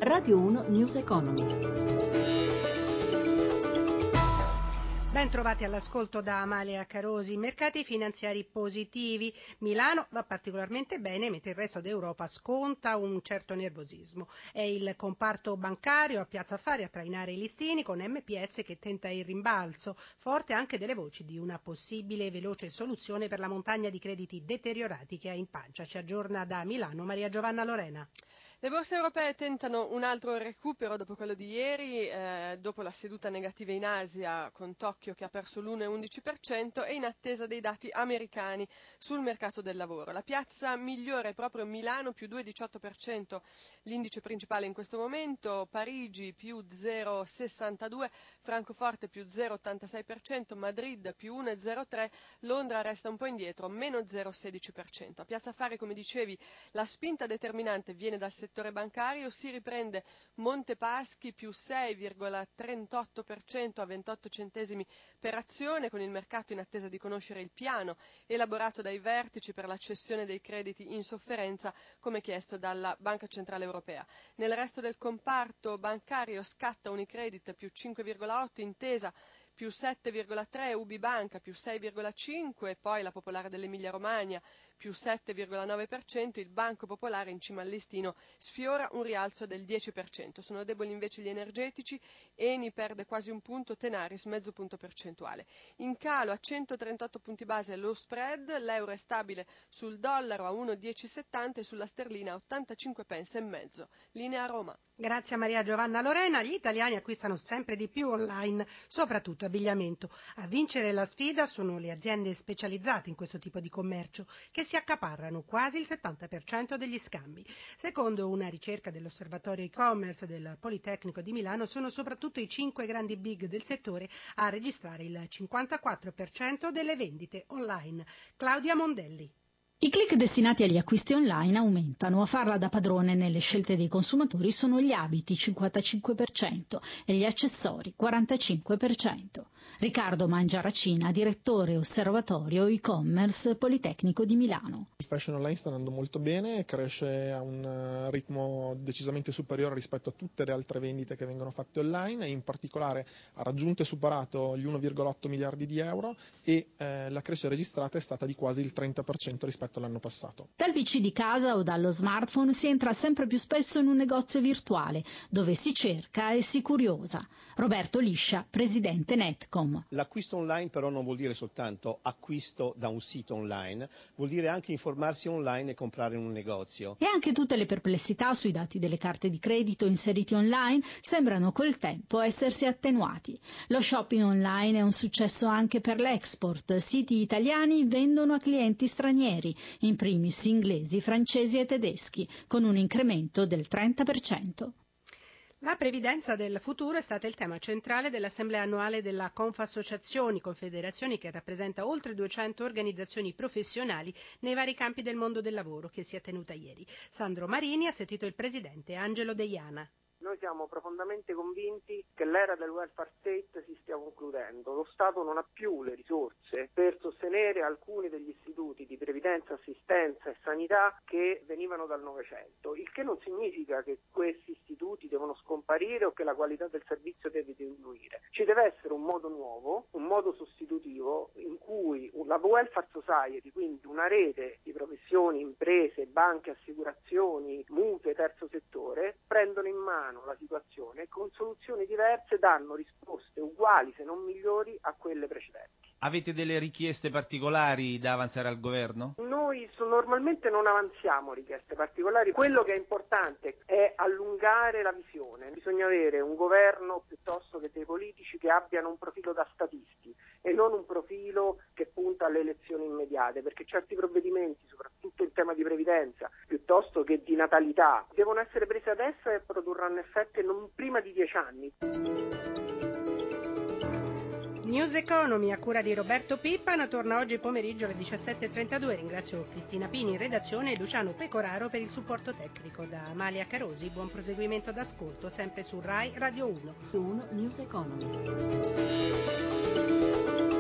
Radio 1 News Economy. Ben trovati all'ascolto da Amalia Carosi. Mercati finanziari positivi. Milano va particolarmente bene, mentre il resto d'Europa sconta un certo nervosismo. È il comparto bancario a Piazza Affari a trainare i listini, con MPS che tenta il rimbalzo, forte anche delle voci di una possibile e veloce soluzione per la montagna di crediti deteriorati che ha in pancia. Ci aggiorna da Milano Maria Giovanna Lorena. Le borse europee tentano un altro recupero dopo quello di ieri, dopo la seduta negativa in Asia con Tokyo che ha perso l'1,11% e in attesa dei dati americani sul mercato del lavoro. La piazza migliore è proprio Milano, più 2,18%, l'indice principale in questo momento, Parigi più 0,62%, Francoforte più 0,86%, Madrid più 1,03%, Londra resta un po' indietro, meno 0,16%. A Piazza Affari, come dicevi, la spinta determinante viene dal settore bancario, si riprende Montepaschi più 6,38% a 28 centesimi per azione, con il mercato in attesa di conoscere il piano elaborato dai vertici per la cessione dei crediti in sofferenza come chiesto dalla Banca Centrale Europea. Nel resto del comparto bancario scatta Unicredit più 5,8%, Intesa più 7,3%, Ubibanca più 6,5%, poi la Popolare dell'Emilia Romagna più 7,9%, il Banco Popolare in cima al listino sfiora un rialzo del 10%. Sono deboli invece gli energetici, Eni perde quasi un punto, Tenaris mezzo punto percentuale. In calo a 138 punti base lo spread, l'euro è stabile sul dollaro a 1,1070 e sulla sterlina a 85 pence e mezzo. Linea Roma. Grazie a Maria Giovanna Lorena. Gli italiani acquistano sempre di più online, soprattutto abbigliamento. A vincere la sfida sono le aziende specializzate in questo tipo di commercio, che si accaparrano quasi il 70% degli scambi. Secondo una ricerca dell'Osservatorio e-commerce del Politecnico di Milano, sono soprattutto i 5 grandi big del settore a registrare il 54% delle vendite online. Claudia Mondelli. I click destinati agli acquisti online aumentano. A farla da padrone nelle scelte dei consumatori sono gli abiti, 55%, e gli accessori, 45%. Riccardo Mangiaracina, direttore osservatorio e-commerce Politecnico di Milano. Il fashion online sta andando molto bene, cresce a un ritmo decisamente superiore rispetto a tutte le altre vendite che vengono fatte online e in particolare ha raggiunto e superato gli 1,8 miliardi di euro e la crescita registrata è stata di quasi il 30% rispetto all'anno passato. Dal PC di casa o dallo smartphone si entra sempre più spesso in un negozio virtuale dove si cerca e si curiosa. Roberto Liscia, presidente Netcom. L'acquisto online però non vuol dire soltanto acquisto da un sito online, vuol dire anche informarsi online e comprare in un negozio. E anche tutte le perplessità sui dati delle carte di credito inseriti online sembrano col tempo essersi attenuati. Lo shopping online è un successo anche per l'export. Siti italiani vendono a clienti stranieri, in primis inglesi, francesi e tedeschi, con un incremento del 30%. La previdenza del futuro è stata il tema centrale dell'assemblea annuale della Confassociazioni, confederazioni che rappresenta oltre 200 organizzazioni professionali nei vari campi del mondo del lavoro, che si è tenuta ieri. Sandro Marini ha sentito il presidente Angelo Deiana. Noi siamo profondamente convinti che l'era del welfare state si stia concludendo. Lo Stato non ha più le risorse per sostenere alcuni degli istituti di previdenza, assistenza e sanità che venivano dal Novecento, il che non significa che questi istituti devono scomparire o che la qualità del servizio deve diminuire. Ci deve essere un modo nuovo, un modo sostitutivo in cui la welfare society, quindi una rete di professioni, imprese, banche, assicurazioni, mutui, terzo settore, prendono in mano la situazione e con soluzioni diverse danno risposte uguali se non migliori a quelle precedenti. Avete delle richieste particolari da avanzare al governo? Noi normalmente non avanziamo richieste particolari, quello che è importante è allungare la visione. Bisogna avere un governo piuttosto che dei politici che abbiano un profilo da statisti e non un profilo che punta alle elezioni immediate, perché certi provvedimenti, soprattutto in tema di previdenza, piuttosto che di natalità, devono essere presi adesso e produrranno effetti non prima di 10 anni. News Economy a cura di Roberto Pippan torna oggi pomeriggio alle 17.32. Ringrazio Cristina Pini in redazione e Luciano Pecoraro per il supporto tecnico. Da Amalia Carosi, buon proseguimento d'ascolto sempre su Rai Radio 1. 1 News Economy.